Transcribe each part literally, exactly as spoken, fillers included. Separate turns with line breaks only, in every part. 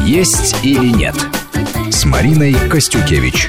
«Есть или нет» с Мариной Костюкевич.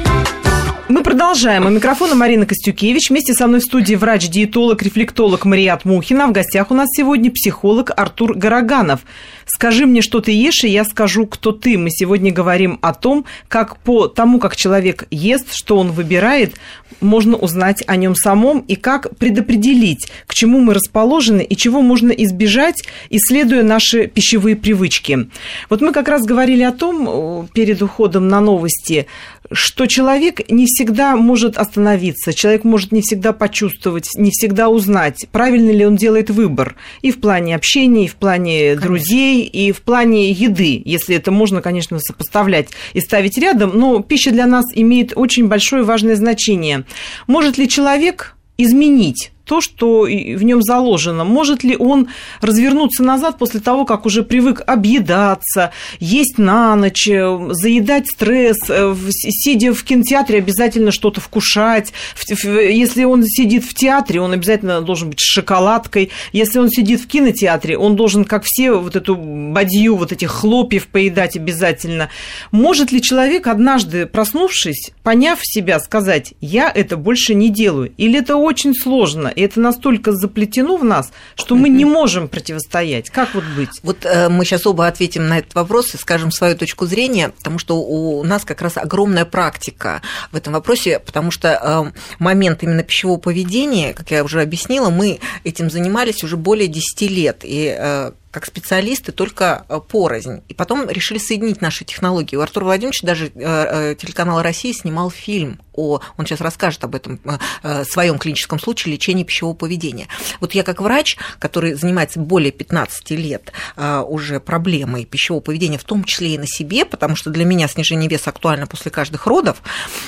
Мы продолжаем. У микрофона Марина Костюкевич. Вместе со мной в студии врач-диетолог, рефлектолог Мариат Мухина. В гостях у нас сегодня психолог Артур Гораганов. «Скажи мне, что ты ешь, и я скажу, кто ты». Мы сегодня говорим о том, как по тому, как человек ест, что он выбирает, можно узнать о нем самом, и как предопределить, к чему мы расположены и чего можно избежать, исследуя наши пищевые привычки. Вот мы как раз говорили о том, перед уходом на новости, что человек не всегда может остановиться, человек может не всегда почувствовать, не всегда узнать, правильно ли он делает выбор и в плане общения, и в плане конечно. друзей, и в плане еды, если это можно, конечно, сопоставлять и ставить рядом, но пища для нас имеет очень большое важное значение. Может ли человек изменить то, что в нем заложено? Может ли он развернуться назад после того, как уже привык объедаться, есть на ночь, заедать стресс, сидя в кинотеатре, обязательно что-то вкушать? Если он сидит в театре, он обязательно должен быть с шоколадкой. Если он сидит в кинотеатре, он должен, как все, вот эту бадью, вот этих хлопьев поедать обязательно. Может ли человек, однажды проснувшись, поняв себя, сказать: «Я это больше не делаю»? Или это очень сложно? И это настолько заплетено в нас, что мы не можем противостоять. Как вот быть?
Вот э, мы сейчас оба ответим на этот вопрос и скажем свою точку зрения, потому что у нас как раз огромная практика в этом вопросе, потому что э, момент именно пищевого поведения, как я уже объяснила, мы этим занимались уже более десяти лет. И э, как специалисты, только порознь. И потом решили соединить наши технологии. У Артура Владимировича даже телеканал «Россия» снимал фильм о, он сейчас расскажет об этом, своем клиническом случае лечения пищевого поведения. Вот я как врач, который занимается более пятнадцати лет уже проблемой пищевого поведения, в том числе и на себе, потому что для меня снижение веса актуально после каждых родов.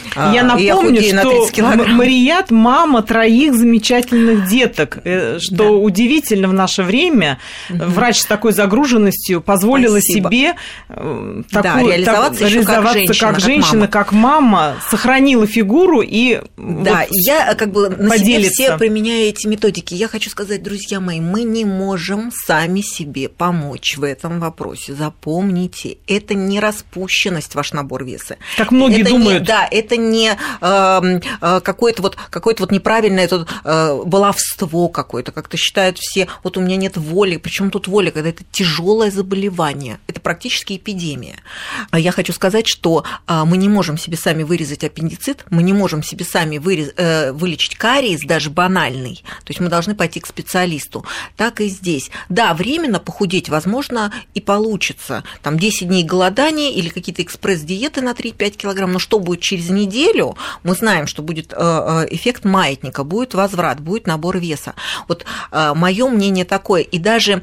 Я напомню, я что Мариат – мама троих замечательных деток, что да. удивительно в наше время. Угу. Врач с такой загруженностью позволила Спасибо. себе такую,
да, реализоваться, так, реализоваться как женщина,
как, женщина, как, как мама, сохранила фигуру и
да,
вот
я как бы на
поделиться.
себе все применяю эти методики. Я хочу сказать, друзья мои, мы не можем сами себе помочь в этом вопросе. Запомните, это не распущенность, ваш набор веса.
Как многие
это
думают.
Не, да, это не э, э, какое-то вот, какое-то вот неправильное это, э, баловство какое-то, как-то считают все, вот у меня нет воли, причем тут воля, когда это тяжелое заболевание, это практически эпидемия. Я хочу сказать, что мы не можем себе сами вырезать аппендицит, мы не можем себе сами вырез... вылечить кариес, даже банальный, то есть мы должны пойти к специалисту. Так и здесь. Да, временно похудеть, возможно, и получится. Там десять дней голодания или какие-то экспресс-диеты на три-пять килограмм, но что будет через неделю, мы знаем, что будет эффект маятника, будет возврат, будет набор веса. Вот мое мнение такое, и даже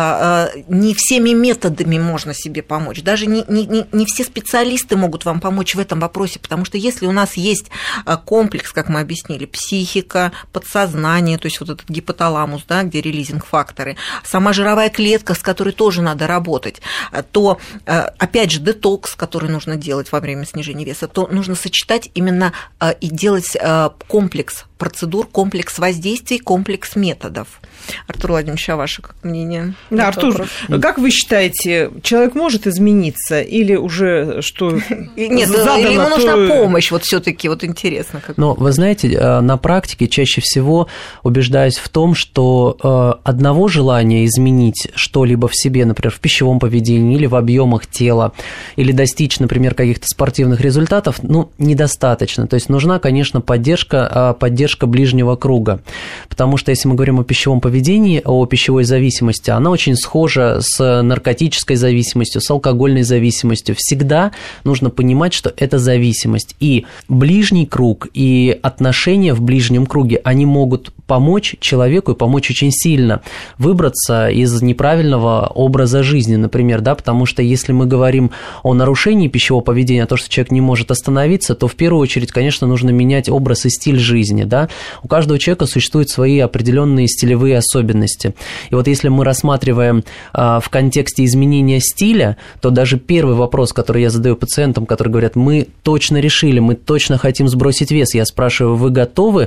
не всеми методами можно себе помочь, даже не, не, не все специалисты могут вам помочь в этом вопросе, потому что если у нас есть комплекс, как мы объяснили, психика, подсознание, то есть вот этот гипоталамус, да, где релизинг-факторы, сама жировая клетка, с которой тоже надо работать, то, опять же, детокс, который нужно делать во время снижения веса, то нужно сочетать именно и делать комплекс процедур, комплекс воздействий, комплекс методов. Артур Владимирович, а ваше как мнение?
Да, Артур, вопрос? Как вы считаете, человек может измениться или уже что
Нет, задано, или ему нужна то... помощь, вот всё-таки вот интересно. Как...
Но вы знаете, на практике чаще всего убеждаюсь в том, что одного желания изменить что-либо в себе, например, в пищевом поведении или в объемах тела, или достичь, например, каких-то спортивных результатов, ну, недостаточно. То есть нужна, конечно, поддержка, поддержка ближнего круга, потому что если мы говорим о пищевом поведении, поведении, о пищевой зависимости, она очень схожа с наркотической зависимостью, с алкогольной зависимостью. Всегда нужно понимать, что это зависимость. И ближний круг, и отношения в ближнем круге, они могут помочь человеку и помочь очень сильно выбраться из неправильного образа жизни, например, да, потому что если мы говорим о нарушении пищевого поведения, о том, что человек не может остановиться, то в первую очередь, конечно, нужно менять образ и стиль жизни, да. У каждого человека существуют свои определенные стилевые особенности. И вот если мы рассматриваем а, в контексте изменения стиля, то даже первый вопрос, который я задаю пациентам, которые говорят: мы точно решили, мы точно хотим сбросить вес, я спрашиваю: вы готовы к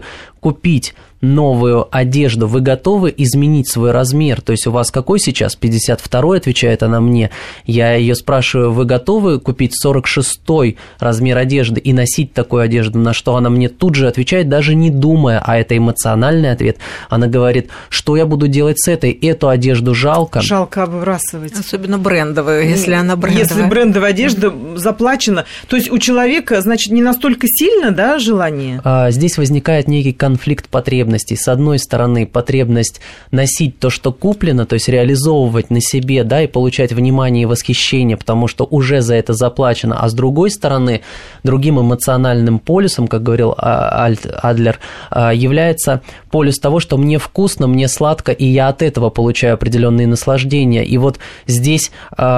купить новую одежду, вы готовы изменить свой размер? То есть у вас какой сейчас? пятьдесят второй, отвечает она мне. Я ее спрашиваю, вы готовы купить сорок шестой размер одежды и носить такую одежду? На что она мне тут же отвечает, даже не думая, а это эмоциональный ответ. Она говорит, что я буду делать с этой? Эту одежду жалко.
Жалко выбрасывать.
Особенно брендовую, если она брендовая.
Если брендовая одежда заплачена. То есть у человека, значит, не настолько сильно, да, желание?
А, здесь возникает некий конфликт потребностей. С одной стороны, потребность носить то, что куплено, то есть реализовывать на себе, да, и получать внимание и восхищение, потому что уже за это заплачено. А с другой стороны, другим эмоциональным полюсом, как говорил Альт Адлер, является полюс того, что мне вкусно, мне сладко, и я от этого получаю определенные наслаждения. И вот здесь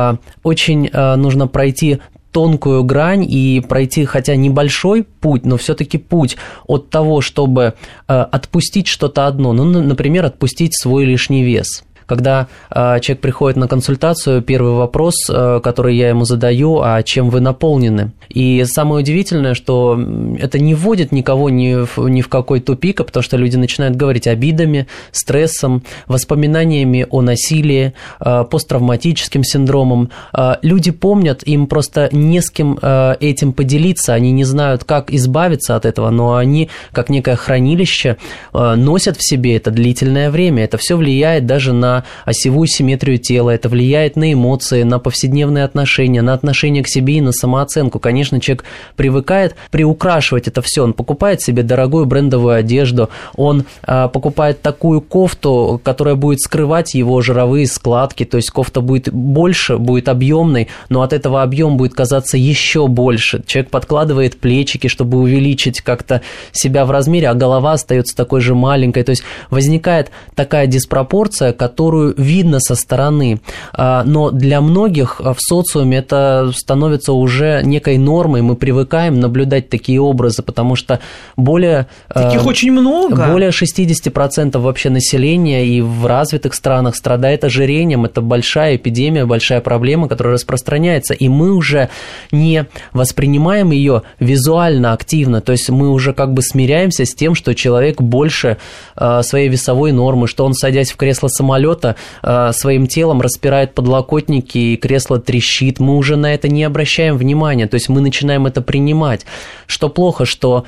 очень нужно пройти тонкую грань и пройти, хотя небольшой путь, но все-таки путь от того, чтобы э, отпустить что-то одно, ну, например, отпустить свой лишний вес. Когда э, человек приходит на консультацию, первый вопрос, э, который я ему задаю, а чем вы наполнены? И самое удивительное, что это не вводит никого ни в, ни в какой тупик, потому что люди начинают говорить обидами, стрессом, воспоминаниями о насилии, э, посттравматическим синдромом. Э, люди помнят, им просто не с кем э, этим поделиться, они не знают, как избавиться от этого, но они, как некое хранилище, э, носят в себе это длительное время. Это все влияет даже на осевую симметрию тела, это влияет на эмоции, на повседневные отношения, на отношение к себе и на самооценку. Конечно, человек привыкает приукрашивать это все, он покупает себе дорогую брендовую одежду, он а, покупает такую кофту, которая будет скрывать его жировые складки, то есть кофта будет больше, будет объемной, но от этого объем будет казаться еще больше. Человек подкладывает плечики, чтобы увеличить как-то себя в размере, а голова остается такой же маленькой, то есть возникает такая диспропорция, которая видно со стороны, но для многих в социуме это становится уже некой нормой, мы привыкаем наблюдать такие образы, потому что более...
Таких очень много.
Более шестьдесят процентов вообще населения и в развитых странах страдает ожирением, это большая эпидемия, большая проблема, которая распространяется, и мы уже не воспринимаем ее визуально активно, то есть мы уже как бы смиряемся с тем, что человек больше своей весовой нормы, что он, садясь в кресло самолета, своим телом распирает подлокотники, и кресло трещит. Мы уже на это не обращаем внимания, то есть мы начинаем это принимать. Что плохо, что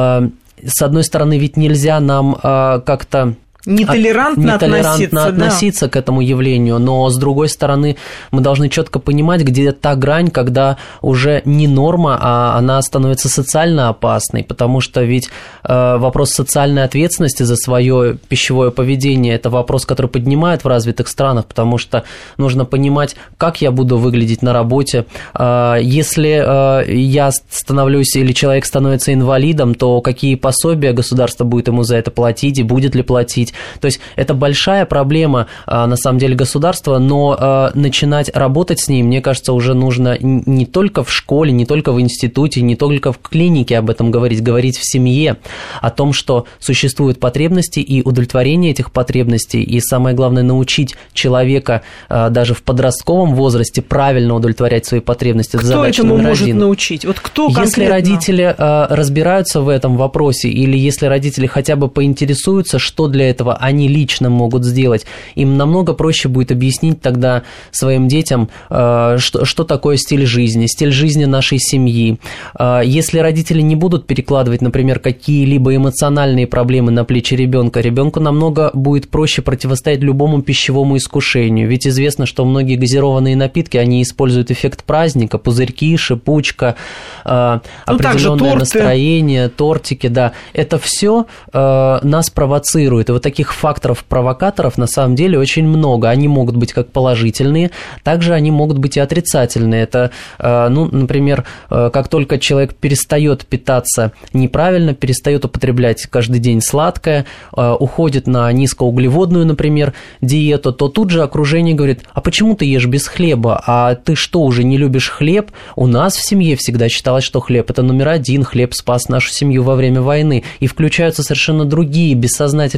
с одной стороны ведь нельзя нам как-то
Нетолерантно,
нетолерантно относиться, относиться да. к этому явлению, но с другой стороны мы должны четко понимать, где та грань, когда уже не норма, а она становится социально опасной, потому что ведь э, вопрос социальной ответственности за свое пищевое поведение – это вопрос, который поднимают в развитых странах, потому что нужно понимать, как я буду выглядеть на работе. Э, если э, я становлюсь или человек становится инвалидом, то какие пособия государство будет ему за это платить и будет ли платить? То есть это большая проблема, на самом деле, государства, но начинать работать с ней, мне кажется, уже нужно не только в школе, не только в институте, не только в клинике об этом говорить, говорить в семье, о том, что существуют потребности и удовлетворение этих потребностей, и самое главное, научить человека даже в подростковом возрасте правильно удовлетворять свои потребности.
Кто
задача
этому
номер
может
один.
научить? Вот кто конкретно?
Если родители разбираются в этом вопросе, или если родители хотя бы поинтересуются, что для этого они лично могут сделать, им намного проще будет объяснить тогда своим детям, что, что такое стиль жизни, стиль жизни нашей семьи. Если родители не будут перекладывать, например, какие-либо эмоциональные проблемы на плечи ребенка, ребенку намного будет проще противостоять любому пищевому искушению. Ведь известно, что многие газированные напитки, они используют эффект праздника, пузырьки, шипучка, ну, определенное настроение, тортики, да. Это все нас провоцирует. И вот таких факторов-провокаторов на самом деле очень много. Они могут быть как положительные, также они могут быть и отрицательные. Это, ну, например, как только человек перестает питаться неправильно, перестает употреблять каждый день сладкое, уходит на низкоуглеводную, например, диету, то тут же окружение говорит: а почему ты ешь без хлеба? А ты что, уже не любишь хлеб? У нас в семье всегда считалось, что хлеб – это номер один, хлеб спас нашу семью во время войны. И включаются совершенно другие бессознательные стереотипы,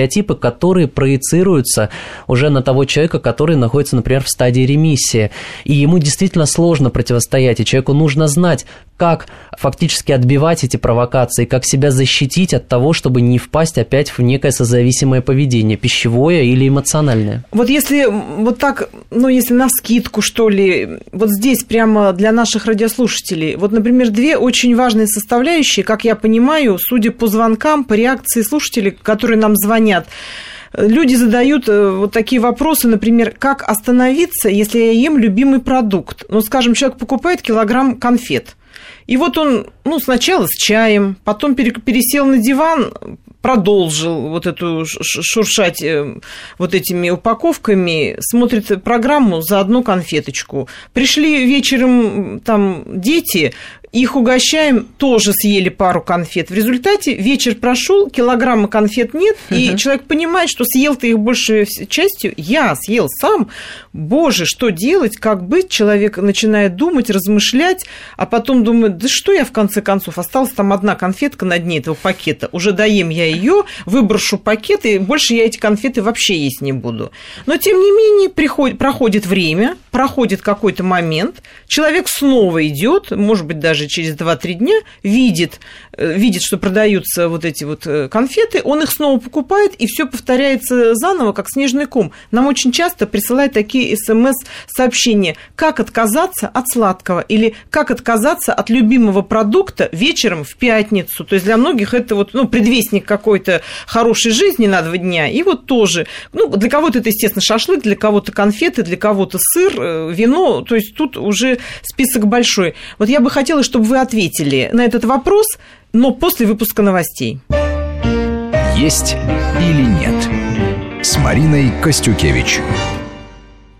стереотипы, которые проецируются уже на того человека, который находится, например, в стадии ремиссии. И ему действительно сложно противостоять, и человеку нужно знать, как фактически отбивать эти провокации, как себя защитить от того, чтобы не впасть опять в некое созависимое поведение, пищевое или эмоциональное.
Вот если вот так, ну, если навскидку, что ли, вот здесь прямо для наших радиослушателей, вот, например, две очень важные составляющие, как я понимаю, судя по звонкам, по реакции слушателей, которые нам звонят. Люди задают вот такие вопросы, например, как остановиться, если я ем любимый продукт? Ну, скажем, человек покупает килограмм конфет, и вот он, ну, сначала с чаем, потом пересел на диван, продолжил вот эту шуршать вот этими упаковками, смотрит программу за одну конфеточку. Пришли вечером там дети, их угощаем, тоже съели пару конфет. В результате вечер прошел, килограмма конфет нет, uh-huh. и человек понимает, что съел-то их большей частью я, съел сам. Боже, что делать, как быть? Человек начинает думать, размышлять, а потом думает, да что я в конце концов, осталась там одна конфетка на дне этого пакета, уже доем я ее, выброшу пакет, и больше я эти конфеты вообще есть не буду. Но, тем не менее, приходит, проходит время, проходит какой-то момент, человек снова идет, может быть, даже через два-три дня, видит, видит, что продаются вот эти вот конфеты, он их снова покупает, и все повторяется заново, как снежный ком. Нам очень часто присылают такие смс-сообщения, как отказаться от сладкого, или как отказаться от любимого продукта вечером в пятницу. То есть для многих это вот, ну, предвестник какой-то хорошей жизни на два дня. И вот тоже, ну, для кого-то это, естественно, шашлык, для кого-то конфеты, для кого-то сыр, вино. То есть тут уже список большой. Вот я бы хотела, чтобы вы ответили на этот вопрос, но после выпуска новостей.
Есть или нет? С Мариной Костюкевич.